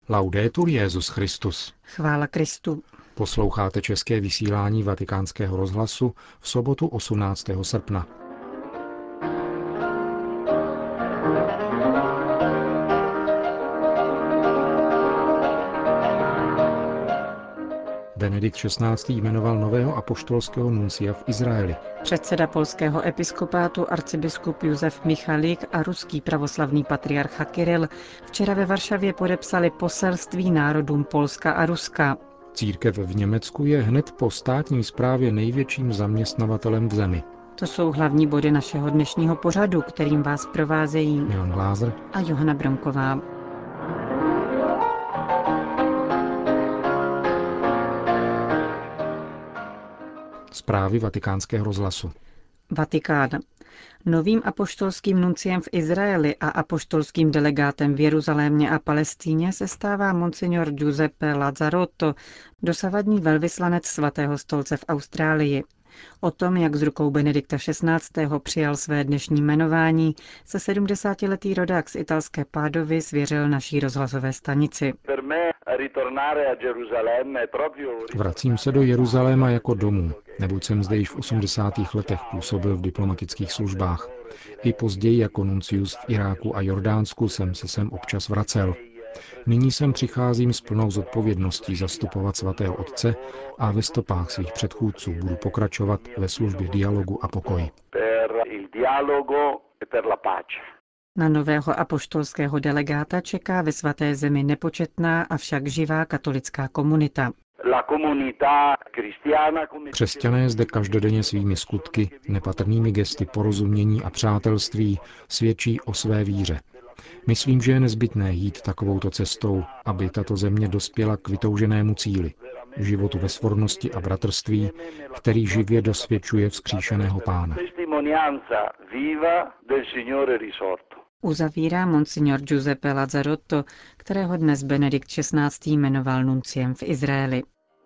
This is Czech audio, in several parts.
Laudetur Jesus Christus. Chvála Kristu. Posloucháte české vysílání Vatikánského rozhlasu v sobotu 18. srpna. Benedikt XVI. Jmenoval nového apoštolského nuncia v Izraeli. Předseda polského episkopátu arcibiskup Josef Michalik a ruský pravoslavný patriarcha Kiril včera ve Varšavě podepsali poselství národům Polska a Ruska. Církev v Německu je hned po státní správě největším zaměstnavatelem v zemi. To jsou hlavní body našeho dnešního pořadu, kterým vás provázejí Milan Glázer a Johana Bronková. Zprávy Vatikánského rozhlasu. Vatikán. Novým apoštolským nunciem v Izraeli a apoštolským delegátem v Jeruzalémě a Palestíně se stává monsignor Giuseppe Lazzarotto, dosavadní velvyslanec Svatého stolce v Austrálii. O tom, jak z rukou Benedikta XVI. Přijal své dnešní jmenování, se 70-letý rodák z italské Pádovy svěřil naší rozhlasové stanici. Vracím se do Jeruzaléma jako domů, neboť jsem zde již v 80. letech působil v diplomatických službách. I později jako nuncius v Iráku a Jordánsku jsem se sem občas vracel. Nyní sem přicházím s plnou zodpovědností zastupovat svatého otce a ve stopách svých předchůdců budu pokračovat ve službě dialogu a pokoji. Na nového apoštolského delegáta čeká ve svaté zemi nepočetná, avšak živá katolická komunita. Křesťané zde každodenně svými skutky, nepatrnými gesty porozumění a přátelství svědčí o své víře. Myslím, že je nezbytné jít takovouto cestou, aby tato země dospěla k vytouženému cíli, životu ve svornosti a bratrství, který živě dosvědčuje vzkříšeného Pána. Uzavírá monsignor Giuseppe Lazzarotto, kterého dnes Benedikt XVI. Jmenoval nunciem v Izraeli.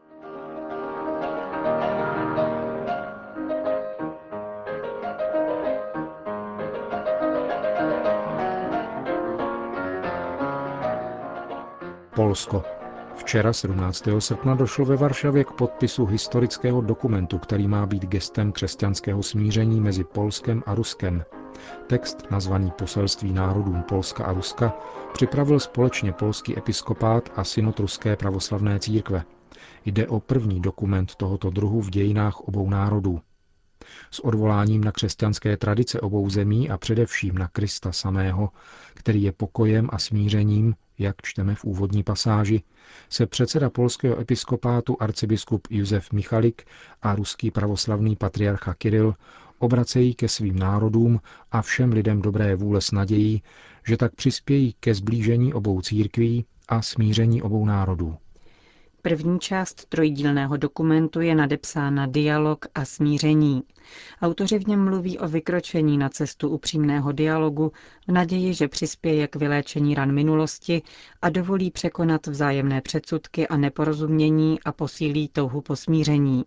Polsko. Včera 17. srpna došlo ve Varšavě k podpisu historického dokumentu, který má být gestem křesťanského smíření mezi Polskem a Ruskem. Text, nazvaný Poselství národům Polska a Ruska, připravil společně polský episkopát a synod ruské pravoslavné církve. Jde o první dokument tohoto druhu v dějinách obou národů. S odvoláním na křesťanské tradice obou zemí a především na Krista samého, který je pokojem a smířením, jak čteme v úvodní pasáži, se předseda polského episkopátu arcibiskup Josef Michalik a ruský pravoslavný patriarcha Kiril obracejí ke svým národům a všem lidem dobré vůle s nadějí, že tak přispějí ke sblížení obou církví a smíření obou národů. První část trojdílného dokumentu je nadepsána Dialog a smíření. Autoři v něm mluví o vykročení na cestu upřímného dialogu v naději, že přispěje k vyléčení ran minulosti a dovolí překonat vzájemné předsudky a neporozumění a posílí touhu po smíření.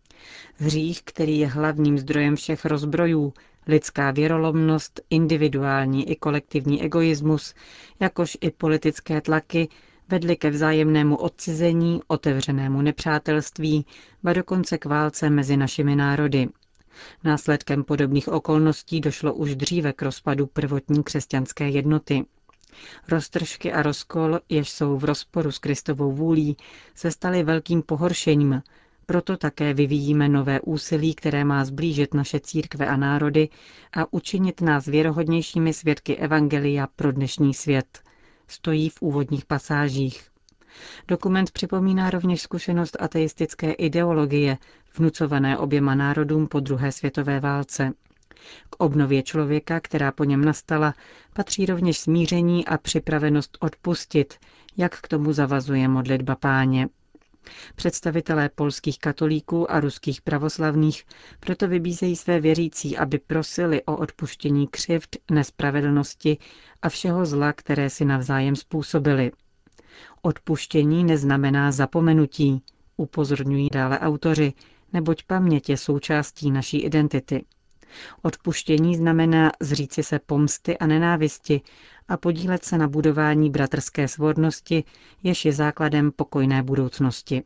Hřích, který je hlavním zdrojem všech rozbrojů, lidská věrolomnost, individuální i kolektivní egoismus, jakož i politické tlaky, vedly ke vzájemnému odcizení, otevřenému nepřátelství, ba dokonce k válce mezi našimi národy. Následkem podobných okolností došlo už dříve k rozpadu prvotní křesťanské jednoty. Roztržky a rozkol, jež jsou v rozporu s Kristovou vůlí, se staly velkým pohoršením, proto také vyvíjíme nové úsilí, které má sblížit naše církve a národy a učinit nás věrohodnějšími svědky evangelia pro dnešní svět. Stojí v úvodních pasážích. Dokument připomíná rovněž zkušenost ateistické ideologie, vnucované oběma národům po druhé světové válce. K obnově člověka, která po něm nastala, patří rovněž smíření a připravenost odpustit, jak k tomu zavazuje modlitba Páně. Představitelé polských katolíků a ruských pravoslavných proto vybízejí své věřící, aby prosili o odpuštění křivd, nespravedlnosti a všeho zla, které si navzájem způsobili. Odpuštění neznamená zapomenutí, upozorňují dále autoři, neboť paměť je součástí naší identity. Odpuštění znamená zříci se pomsty a nenávisti a podílet se na budování bratrské svornosti, jež je základem pokojné budoucnosti.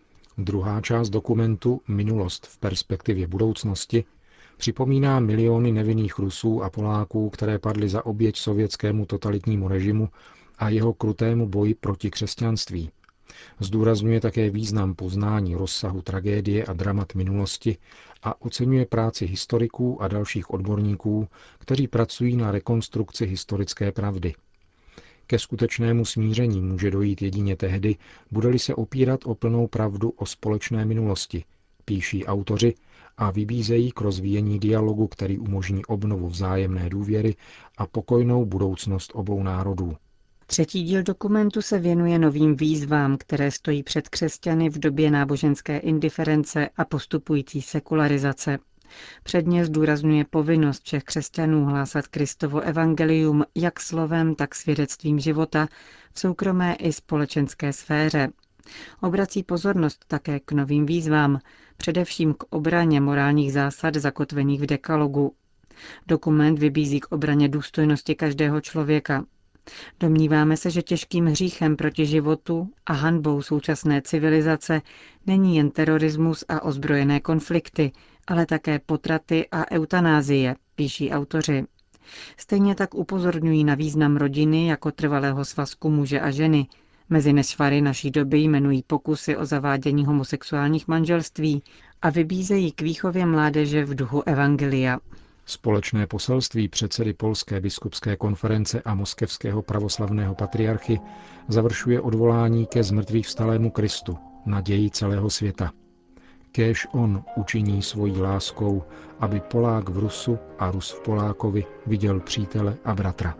Druhá část dokumentu Minulost v perspektivě budoucnosti připomíná miliony nevinných Rusů a Poláků, které padly za oběť sovětskému totalitnímu režimu a jeho krutému boji proti křesťanství. Zdůrazňuje také význam poznání rozsahu tragédie a dramat minulosti a oceňuje práci historiků a dalších odborníků, kteří pracují na rekonstrukci historické pravdy. Ke skutečnému smíření může dojít jedině tehdy, bude-li se opírat o plnou pravdu o společné minulosti, píší autoři a vybízejí k rozvíjení dialogu, který umožní obnovu vzájemné důvěry a pokojnou budoucnost obou národů. Třetí díl dokumentu se věnuje novým výzvám, které stojí před křesťany v době náboženské indiference a postupující sekularizace. Předně zdůrazňuje povinnost všech křesťanů hlásat Kristovo evangelium jak slovem, tak svědectvím života v soukromé i společenské sféře. Obrací pozornost také k novým výzvám, především k obraně morálních zásad zakotvených v dekalogu. Dokument vybízí k obraně důstojnosti každého člověka. Domníváme se, že těžkým hříchem proti životu a hanbou současné civilizace není jen terorismus a ozbrojené konflikty, ale také potraty a eutanázie, píší autoři. Stejně tak upozorňují na význam rodiny jako trvalého svazku muže a ženy. Mezi nešvary naší doby jmenují pokusy o zavádění homosexuálních manželství a vybízejí k výchově mládeže v duchu evangelia. Společné poselství předsedy Polské biskupské konference a moskevského pravoslavného patriarchy završuje odvolání ke zmrtvýchvstalému Kristu, naději celého světa. Kéž on učiní svojí láskou, aby Polák v Rusu a Rus v Polákovi viděl přítele a bratra.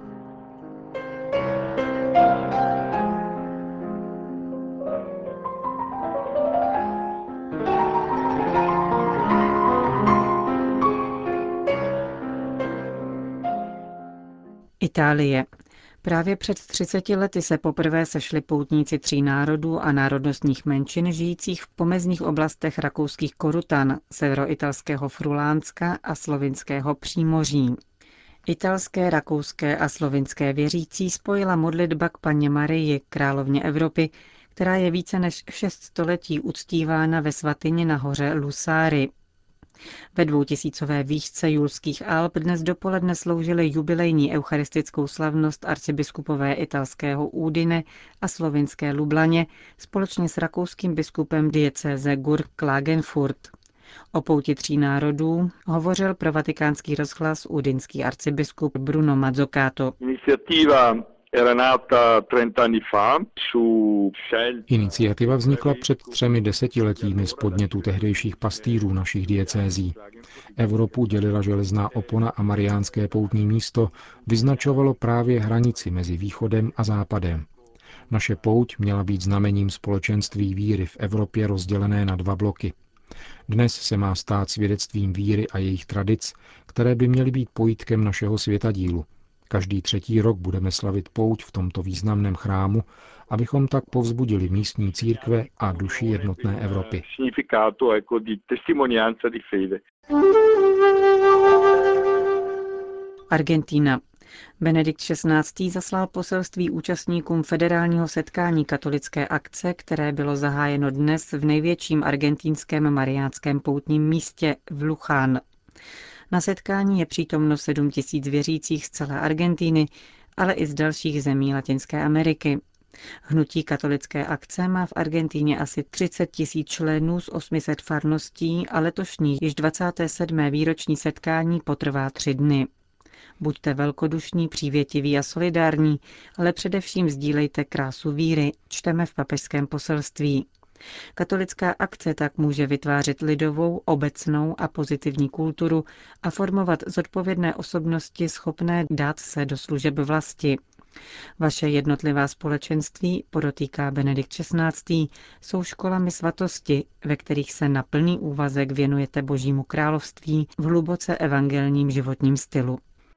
Itálie. Právě před 30 lety se poprvé sešli poutníci 3 národů a národnostních menšin žijících v pomezních oblastech rakouských Korutan, severoitalského Frulánska a slovinského Přímoří. Italské, rakouské a slovinské věřící spojila modlitba k Panně Marii, královně Evropy, která je více než 6 století uctívána ve svatyni na hoře Lusáry. Ve 2000 výšce Julských Alp dnes dopoledne sloužili jubilejní eucharistickou slavnost arcibiskupové italského Udine a slovinské Lublaně společně s rakouským biskupem diecéze Gurk-Klagenfurt. O pouti 3 národů hovořil pro Vatikánský rozhlas udinský arcibiskup Bruno Mazzocato. Iniciativa vznikla před 3 desetiletími z podnětu tehdejších pastýřů našich diecézí. Evropu dělila železná opona a mariánské poutní místo vyznačovalo právě hranici mezi východem a západem. Naše pouť měla být znamením společenství víry v Evropě rozdělené na 2 bloky. Dnes se má stát svědectvím víry a jejich tradic, které by měly být pojítkem našeho světadílu. Každý 3. rok budeme slavit pouť v tomto významném chrámu, abychom tak povzbudili místní církve a duši jednotné Evropy. Argentina. Benedikt XVI. Zaslal poselství účastníkům federálního setkání katolické akce, které bylo zahájeno dnes v největším argentinském mariánském poutním místě v Luján. Na setkání je přítomno 7 000 věřících z celé Argentiny, ale i z dalších zemí Latinské Ameriky. Hnutí katolické akce má v Argentíně asi 30 000 členů z 800 farností a letošní již 27. výroční setkání potrvá 3 dny. Buďte velkodušní, přívětiví a solidární, ale především sdílejte krásu víry, čteme v papežském poselství. Katolická akce tak může vytvářet lidovou, obecnou a pozitivní kulturu a formovat zodpovědné osobnosti schopné dát se do služeb vlasti. Vaše jednotlivá společenství, podotýká Benedikt XVI., jsou školami svatosti, ve kterých se na plný úvazek věnujete Božímu království v hluboce evangelním životním stylu.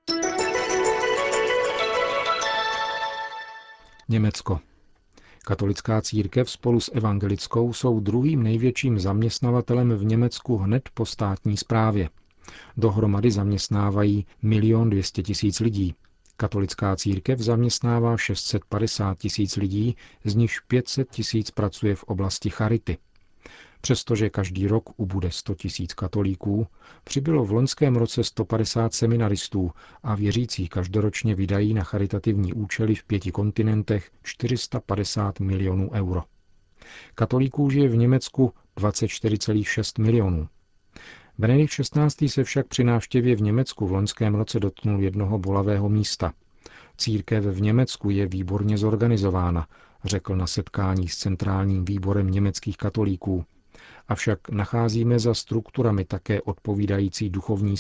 Německo. Katolická církev spolu s evangelickou jsou druhým největším zaměstnavatelem v Německu hned po státní správě. Dohromady zaměstnávají 1 200 000 lidí. Katolická církev zaměstnává 650 000 lidí, z nichž 500 000 pracuje v oblasti charity. Přestože každý rok ubude 100 000 katolíků, přibylo v loňském roce 150 seminaristů a věřící každoročně vydají na charitativní účely v 5 kontinentech 450 milionů euro. Katolíků žije v Německu 24,6 milionů. Benedikt XVI. Se však při návštěvě v Německu v loňském roce dotknul jednoho bolavého místa. Církev v Německu je výborně zorganizována, řekl na setkání s centrálním výborem německých katolíků. Avšak nacházíme za strukturami také odpovídající duchovní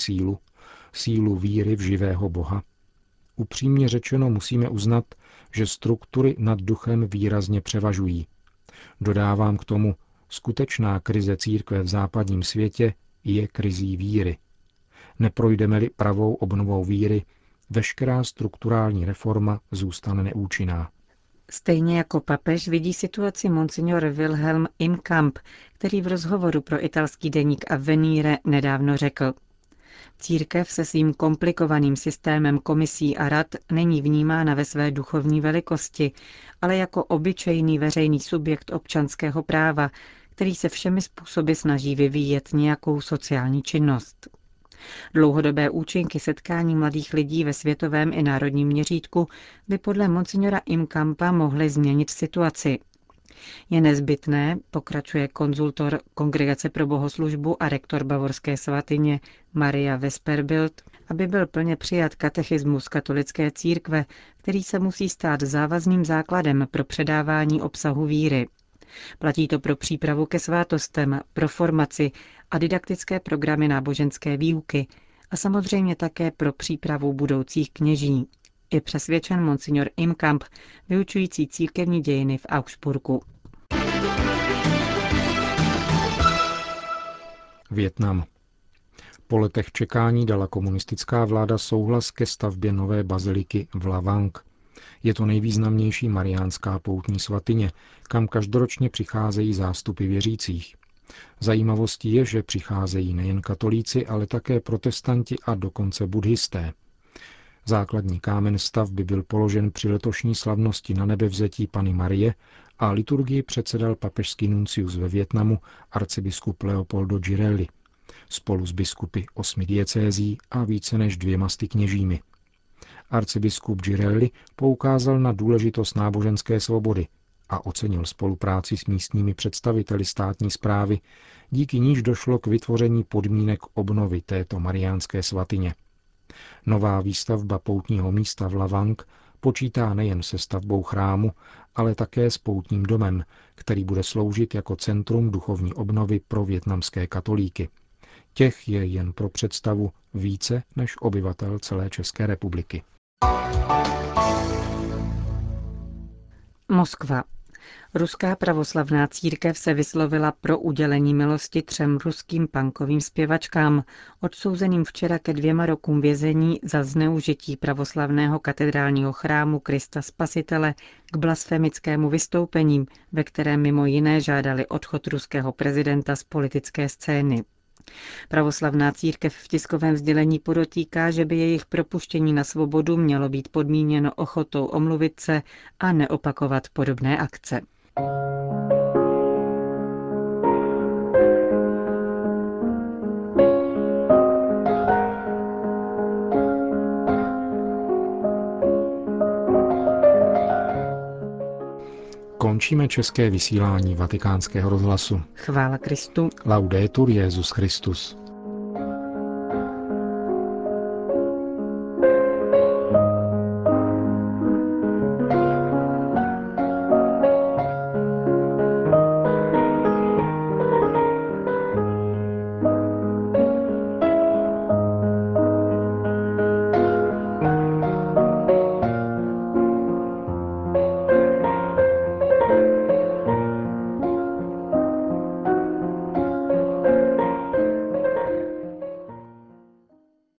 sílu víry v živého Boha. Upřímně řečeno musíme uznat, že struktury nad duchem výrazně převažují. Dodávám k tomu, skutečná krize církve v západním světě je krizí víry. Neprojdeme-li pravou obnovou víry, veškerá strukturální reforma zůstane neúčinná. Stejně jako papež vidí situaci monsignor Wilhelm Imkamp, který v rozhovoru pro italský deník Avvenire nedávno řekl: Církev se svým komplikovaným systémem komisí a rad není vnímána ve své duchovní velikosti, ale jako obyčejný veřejný subjekt občanského práva, který se všemi způsoby snaží vyvíjet nějakou sociální činnost. Dlouhodobé účinky setkání mladých lidí ve světovém i národním měřítku by podle monsignora Imkampa mohly změnit situaci. Je nezbytné, pokračuje konzultor Kongregace pro bohoslužbu a rektor Bavorské svatyně Maria Vesperbild, aby byl plně přijat katechismus katolické církve, který se musí stát závazným základem pro předávání obsahu víry. Platí to pro přípravu ke svátostem, pro formaci a didaktické programy náboženské výuky a samozřejmě také pro přípravu budoucích kněží. Je přesvědčen monsignor Imkamp, vyučující církevní dějiny v Augsburgu. Vietnam. Po letech čekání dala komunistická vláda souhlas ke stavbě nové baziliky v La Vang. Je to nejvýznamnější mariánská poutní svatyně, kam každoročně přicházejí zástupy věřících. Zajímavostí je, že přicházejí nejen katolíci, ale také protestanti a dokonce buddhisté. Základní kámen stavby byl položen při letošní slavnosti na nebevzetí Panny Marie a liturgii předsedal papežský nuncius ve Vietnamu arcibiskup Leopoldo Girelli spolu s biskupy 8 diecézí a více než 200 kněžími. Arcibiskup Girelli poukázal na důležitost náboženské svobody a ocenil spolupráci s místními představiteli státní správy, díky níž došlo k vytvoření podmínek obnovy této mariánské svatyně. Nová výstavba poutního místa v La Vang počítá nejen se stavbou chrámu, ale také s poutním domem, který bude sloužit jako centrum duchovní obnovy pro vietnamské katolíky. Těch je jen pro představu více než obyvatel celé České republiky. Moskva. Ruská pravoslavná církev se vyslovila pro udělení milosti 3 ruským punkovým zpěvačkám, odsouzeným včera ke 2 rokům vězení za zneužití pravoslavného katedrálního chrámu Krista Spasitele k blasfemickému vystoupení, ve kterém mimo jiné žádali odchod ruského prezidenta z politické scény. Pravoslavná církev v tiskovém sdělení podotýká, že by jejich propuštění na svobodu mělo být podmíněno ochotou omluvit se a neopakovat podobné akce. Končíme české vysílání Vatikánského rozhlasu. Chvála Kristu. Laudetur Jesus Christus.